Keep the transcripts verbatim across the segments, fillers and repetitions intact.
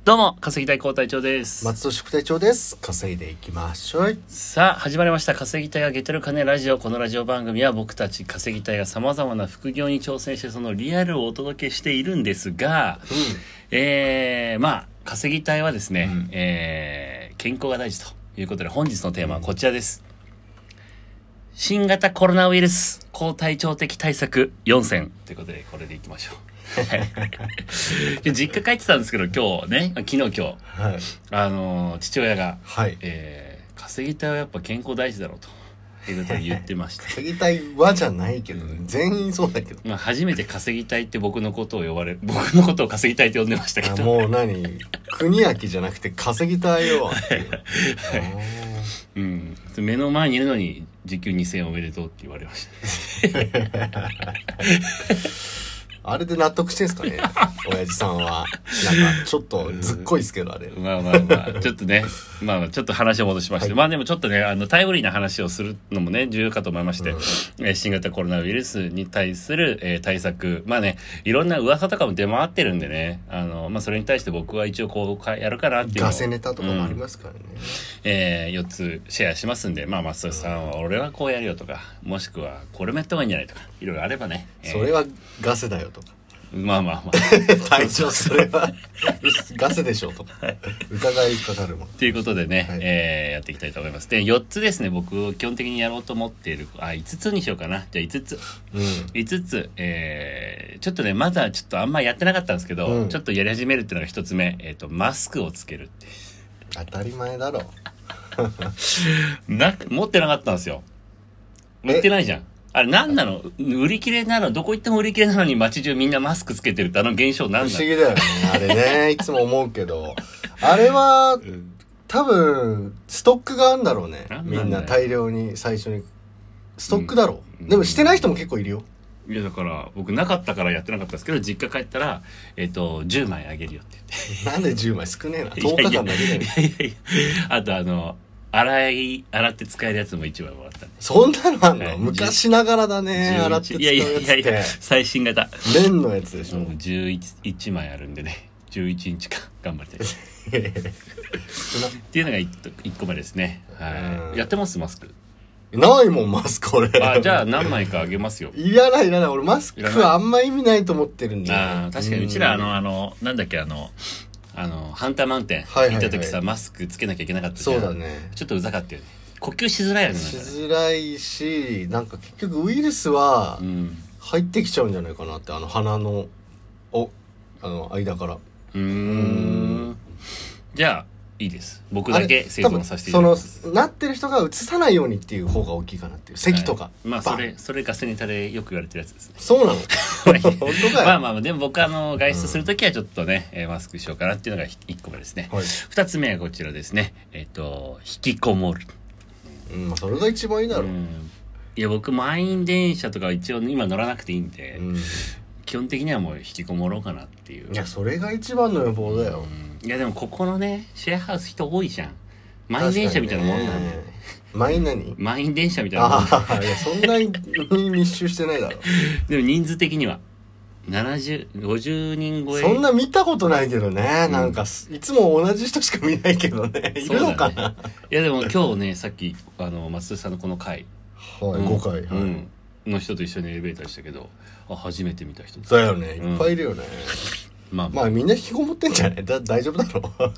どうも稼ぎたい高隊長です。 松戸宿隊長です。稼いでいきましょう。 さあ始まりました稼ぎたいがゲテる金ラジオ。このラジオ番組は僕たち稼ぎたいがさまざまな副業に挑戦してそのリアルをお届けしているんですが、うん、えー、まあ稼ぎたいはですね、うん、えー、健康が大事ということで本日のテーマはこちらです。新型コロナウイルス高体調的対策よん選ということでこれでいきましょう。実家帰ってたんですけど今日ね昨日今日、はい、あの父親が、はいえー、稼ぎたいはやっぱ健康大事だろうということを言ってまして稼ぎたいはじゃないけど、ね、全員そうだけど、 まあ、初めて稼ぎたいって僕のことを呼ばれ僕のことを稼ぎたいって呼んでましたけどもう何国焼じゃなくて稼ぎたいよっていう、はいうん、目の前にいるのに時給にせんえんおめでとうって言われましたあれで納得してんすかね親父さんは。なんかちょっとずっこいっすけどあれ。 まあまあまあちょっとねまあちょっと話を戻しまして、はい、まあでもちょっとねあのタイムリーな話をするのもね重要かと思いまして、うん、新型コロナウイルスに対する、えー、対策まあねいろんな噂とかも出回ってるんでねあの、まあ、それに対して僕は一応こうやるかなっていうのをガセネタとかもありますからね、うんえー、よっつシェアしますんでまあ松戸さんは俺はこうやるよとかもしくはこれもやった方がいいんじゃないとかいろいろあればね、 えー、それはガセだよとかまあまあまあ隊長それはガセでしょとか伺いかかるもんということでね、はいえー、やっていきたいと思います。でよっつですね僕基本的にやろうと思っているあいつつにしようかなじゃあいつつ、うん、いつつ、えー、ちょっとねまだちょっとあんまやってなかったんですけど、うん、ちょっとやり始めるっていうのが一つ目、えーと、マスクをつけるって当たり前だろな持ってなかったんですよ。持ってないじゃんあれ何なの売り切れなのどこ行っても売り切れなのに街中みんなマスクつけてるってあの現象何なの不思議だよねあれねいつも思うけどあれは、うん、多分ストックがあるんだろうねみんな大量に最初にストックだろう、うん、でもしてない人も結構いるよ。 いやだから僕なかったからやってなかったですけど実家帰ったら、えー、とじゅうまいあげるよって言ってなんでじゅうまい少ねえなとおかかんだけだよ。いやいやいやあとあの洗い洗って使えるやつもいちまいもらったんで。 そんなのあんの、はい、昔ながらだね洗って使うやつって。いやいやいや最新型綿のやつでしょ。 じゅういちまいあるんでねじゅういちにちか頑張りたいっていうのが いっこめですね、はい、やってますマスクないもんマスク俺。 あじゃあ何枚かあげますよ。 いらないいらない俺マスクはあんま意味ないと思ってるんで。 あ確かにうちらあのあのなんだっけあのあのハンターマウンテン行った時さ、はいはいはい、マスクつけなきゃいけなかったじゃん。 そうだねちょっとうざかったよね。呼吸しづらいよね。 しづらいしなんか結局ウイルスは入ってきちゃうんじゃないかなってあの鼻のおあの間からうーんじゃあいいです僕だけ生存させていただきます。 そのなってる人が移さないようにっていう方が大きいかなっていう咳とか、はい、 まあそれそれガセネタでよく言われてるやつですね。 そうなの本当かよ。 まあまあでも僕あの外出するときはちょっとね、うん、マスクしようかなっていうのがいっこめですね、はい、ふたつめはこちらですねえっと引きこもる。 うんそれが一番いいだろう、うん、 いや僕満員電車とか一応今乗らなくていいんで、うん、基本的にはもう引きこもろうかなっていう。 いやそれが一番の予防だよ、 うん、いやでもここのねシェアハウス人多いじゃん。満員電車みたいなもんなんだよね。 満員何満員電車みたいなもん。 ああいやそんなに密集してないだろでも人数的にはななじゅう、ごじゅうにん超え。 そんな見たことないけどね、うん、なんかいつも同じ人しか見ないけどねいるのかな、ね、 いやでも今日ねさっきあの松戸さんのこの回はい、うん、ごかい、はいうん、の人と一緒にエレベーターしたけどあ初めて見た人だよねいっぱいいるよね、うん、まあ、まあみんな引きこもってんじゃないだ大丈夫だろう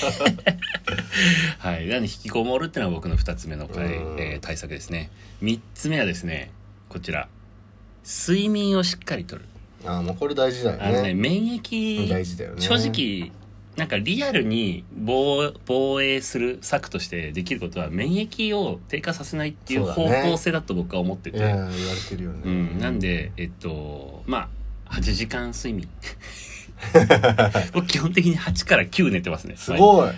はいなんで引きこもるっていうのは僕のふたつめの回、えー、対策ですね。みっつめはですねこちら睡眠をしっかりとる。 あもうこれ大事だよね。 あのね免疫大事だよね。 正直なんかリアルに 防, 防衛する策としてできることは免疫を低下させないっていう方向性だと僕は思ってて、 ね、いや言われてるよね、 うん、なんでえっとまあはちじかん睡眠僕基本的にはちからきゅう寝てますね。 すごい、 はい、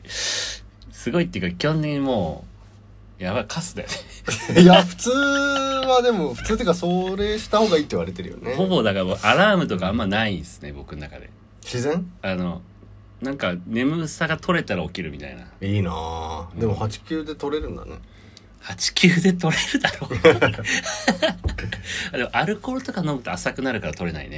すごいっていうか基本的にもうやばいカスだよねいや普通はでも普通っていうかそれした方がいいって言われてるよね。 ほぼだからアラームとかあんまないですね僕の中で。 自然あのなんか眠さが取れたら起きるみたいな。 いいなぁ、うん、でもはちきゅうで取れるんだね。 はちきゅうで取れるだろうでもアルコールとか飲むと浅くなるから取れないね。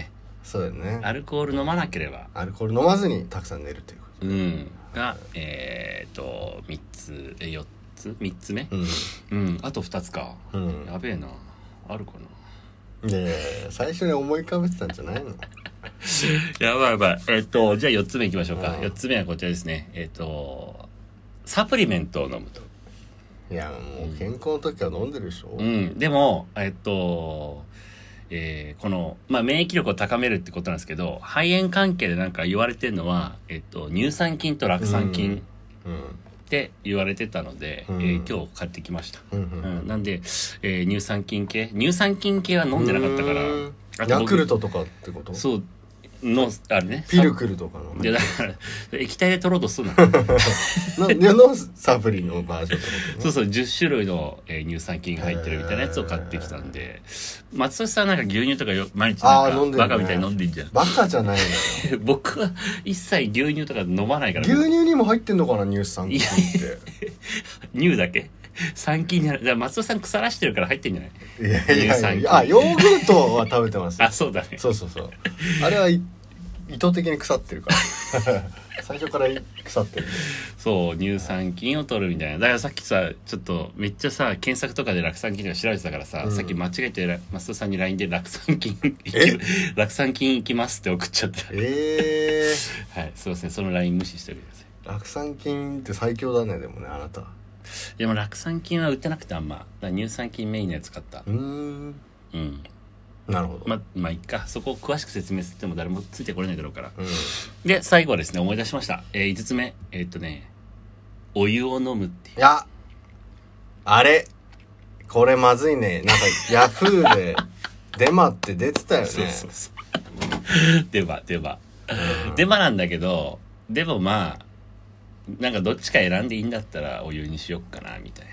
そうだよね。 アルコール飲まなければアルコール飲まずにたくさん寝るということ、 うんがえー、っとみっつえよっつみっつめ、 うん、 うん、あとふたつか、 うん、 やべえな、あるかな。 いやいや最初に思い浮かべてたんじゃないのやばいやばい。えー、っとじゃあよっつめいきましょうか、 うん、 よっつめはこちらですね。えー、っとサプリメントを飲むと。 いやもう健康の時は飲んでるでしょ、 うん、でもえっとえー、この、まあ、免疫力を高めるってことなんですけど、肺炎関係でなんか言われてるのは、えっと、乳酸菌と酪酸菌って言われてたので、うん、えー、今日買ってきました、うんうんうん、なんで、えー、乳酸菌系乳酸菌系は飲んでなかったから、 あとヤクルトとかってこと？ そうのあれね、 ピルクルとかの、 いやだから液体で取ろうとするなのサプリのバージョンとか、ね、 そうそうじゅっしゅるいの、えー、乳酸菌が入ってるみたいなやつを買ってきたんで、松俊さんなんか牛乳とかよ毎日なんかバカみたいに飲んでんじゃん。 バカじゃないのよ僕は一切牛乳とか飲まないから。 牛乳にも入ってんのかな乳酸菌って乳だけ酸菌じゃない。だから松尾さん腐らしてるから入ってんじゃない？ いやいやいやいや、あ、ヨーグルトは食べてますあ、そうだね。 そうそうそう。あれは意図的に腐ってるから最初から腐ってる。 そう、乳酸菌を取るみたいな。だからさっきさ、ちょっとめっちゃさ検索とかで酪酸菌とか調べてたからさ、うん、さっき間違えて松尾さんに ライン で酪酸菌酪酸菌いきますって送っちゃった。 えー、はい、すいません、その ライン 無視しておいてください。 酪酸菌って最強だね。でもね、あなた。 でも酪酸菌は売ってなくて、あんまだ乳酸菌メインのやつ買った。 うーん、 うん、 なるほど。 ままあいっか、そこを詳しく説明しても誰もついてこれないだろうから、 うん、 で最後はですね、思い出しました、えー、いつつめ、えー、っとねお湯を飲むっていう。 いやあれこれまずいね。なんかヤフーでデマって出てたよね。 そうそうそうデマデマ、うん、デマなんだけど、でもまあなんかどっちか選んでいいんだったらお湯にしよっかなみたい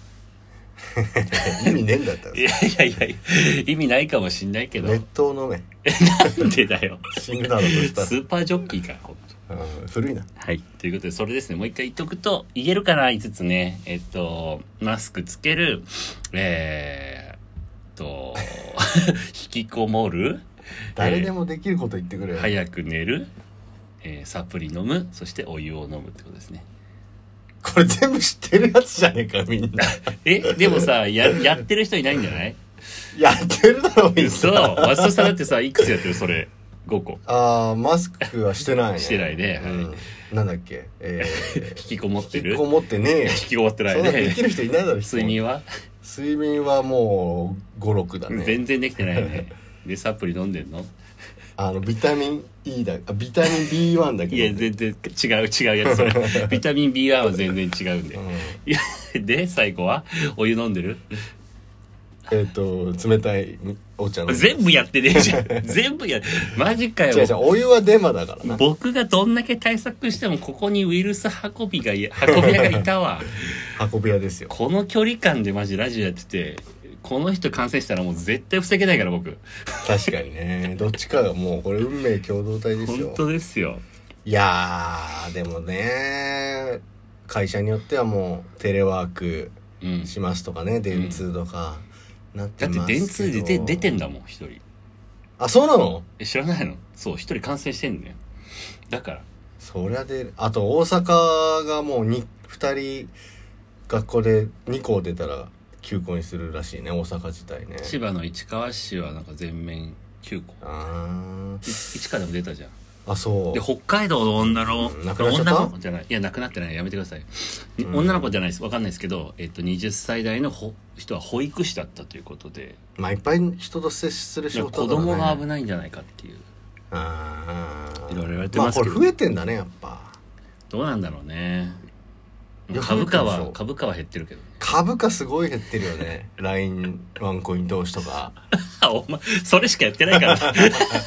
な意味ねえんだったら。 いやいやいや意味ないかもしんないけど。 熱湯飲めなんでだよ死ぬだろとしたら。 スーパージョッキーかほんと、 うん、古いな。 はい、ということでそれですね、もう一回言っとくと言えるかな。いつつね、えっとマスクつける、えー、っと引きこもる、 誰でもできること言ってくれよ、 えー、早く寝る、えー、サプリ飲む、そしてお湯を飲むってことですね。 これ全部知ってるやつじゃねえかみんなえでもさ や, やってる人いないんじゃない？ やってるだろみんな。 そう、松戸さんだってさいくつやってる？それごこ。 ああマスクはしてないねしてないね、 うん、はい、なんだっけ、えー、 引きこもってる。 引きこもってねえ引きこもってないね。 そんなできる人いないだろ。 睡眠は睡眠はもうごろくだね。 全然できてないねでサプリ飲んでんの？ あのビタミン E だ、あビタミン ビーワン だけど。 いや全然違う違うやつそれビタミン ビーワン は全然違うんで、うん、いやで最後はお湯飲んでる？ えっと冷たいお茶の全部やってねえじゃん全部やマジかよ。 違う違う、お湯はデマだからな。 僕がどんだけ対策してもここにウイルス運びが運び屋がいたわ運び屋ですよ。 この距離感でマジラジオやってて、この人感染したらもう絶対防げないから僕。 確かにね、どっちかがもうこれ運命共同体ですよ。 本当ですよ。 いやーでもね、会社によってはもうテレワークしますとかね、うん、電通とかなってますけど。だって電通で出出てんだもん一人。あ、そうなの？ え知らないの？そう一人感染してんだよ。だからそりゃで、あと大阪がもうにふたり学校でに校出たら休校にするらしいね、大阪自体ね。 千葉の市川市はなんか全面休校。 ああ。 市川でも出たじゃん。 あ、そう。 で北海道の女の、 うん、亡くなっちゃった？ 女の子じゃない。いや亡くなってない。やめてください。うん、女の子じゃないです。わかんないですけど、えっとにじゅっさい代のほ人は保育士だったということで。 まあいっぱい人と接する仕事だからね。 子供が危ないんじゃないかっていう。 ああ。 いろいろ言われてますけど。 まあこれ増えてんだねやっぱ。 どうなんだろうね。株価は株価は減ってるけど、ね、 株価すごい減ってるよねライン ワンコイン投資とかお前それしかやってないからなんか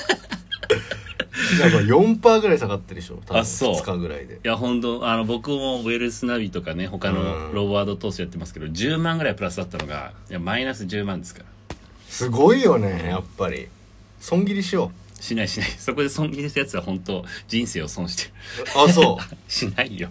よんパーセント ぐらい下がってるでしょ多分あそうふつかぐらいで。 いや本当あの僕もウェルスナビとかね他のローワード投資やってますけど、うん、じゅうまんぐらいプラスだったのがいやマイナスじゅうまんですから。 すごいよねやっぱり。損切りしよう。しないしない。そこで損切りしたやつは本当人生を損してる。 あ、そうしないよ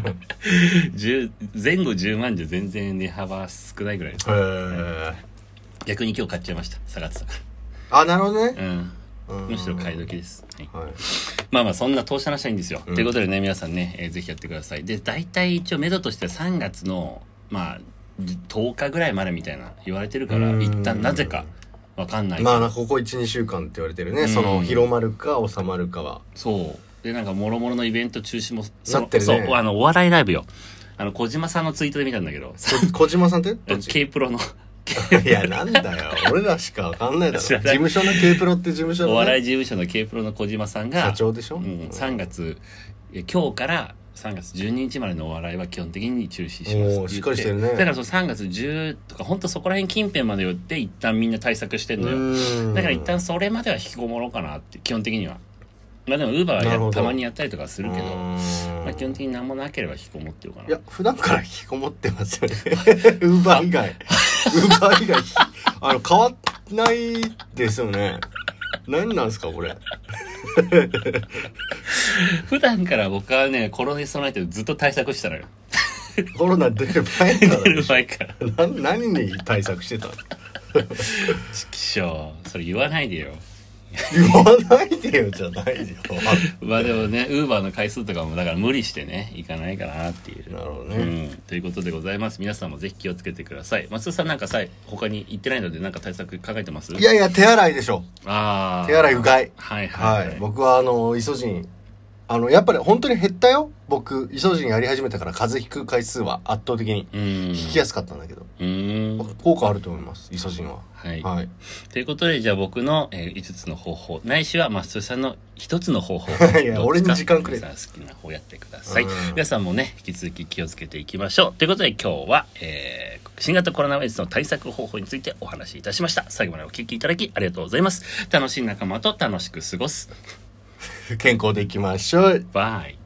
前後じゅうまんじゃ全然値幅少ないぐらいです。 へー。 逆に今日買っちゃいました、下がってたから。あ、なるほどね。 うん。 むしろ買い時です、はいはい、 まあまあそんな投資話はいいんですよ、 うん、 ということでね皆さんね、えー、ぜひやってください。で大体一応目処としてはさんがつのまあとおかぐらいまでみたいな言われてるから一旦なぜかわかんないけど、 まあここ いち,に 週間って言われてるね、その広まるか収まるかは。 そうでなんかもろもろのイベント中止もなってるね。 そうあのお笑いライブよ、あの小島さんのツイートで見たんだけど小島さんってどっち K プロのいやなんだよ俺らしかわかんないだろ事務所の K プロって事務所の、ね、 お笑い事務所の K プロの小島さんが社長でしょ、 うん、さんがつ今日からさんがつじゅうににちまでのお笑いは基本的に中止しますって言って、 しっかりしてるね。 だからそのさんがつじゅうとか本当そこら辺近辺まで寄って一旦みんな対策してんのよ。だから一旦それまでは引きこもろうかなって基本的には。まあでもウーバーはたまにやったりとかするけど、まあ基本的に何もなければ引きこもってるかな。 いや普段から引きこもってますよね。ウーバー以外ウーバー以外あの変わんないですよね。何なんですかこれ。 普段から僕はねコロナに備えてずっと対策してたのよ。 コロナ出る前から出る前からな何に対策してたの。 ちくしょうそれ言わないでよ。 言わないでよじゃないよ。 まあでもねウーバーの回数とかもだから無理してねいかないかなっていう。 なるほどね、 うん、ということでございます。皆さんもぜひ気をつけてください。松田さんなんかさ他に言ってないのでなんか対策考えてます？ いやいや手洗いでしょ。 あ手洗いうがい。 はいはい、はい、 はい、僕はあのイソジンあのやっぱり本当に減ったよ。僕イソジンやり始めたから風邪ひく回数は圧倒的に引きやすかったんだけど、 うーん効果あると思いますイソジンは。 はい、 はい、 ということでじゃあ僕の、えー、いつつの方法ないしは松田さんのひとつの方法いや俺に時間くれ。 皆さん好きな方やってください。皆さんもね引き続き気をつけていきましょう。ということで今日は、えー、新型コロナウイルスの対策方法についてお話しいたしました。最後までお聞きいただきありがとうございます。楽しい仲間と楽しく過ごす健康でいきましょう。 バイ。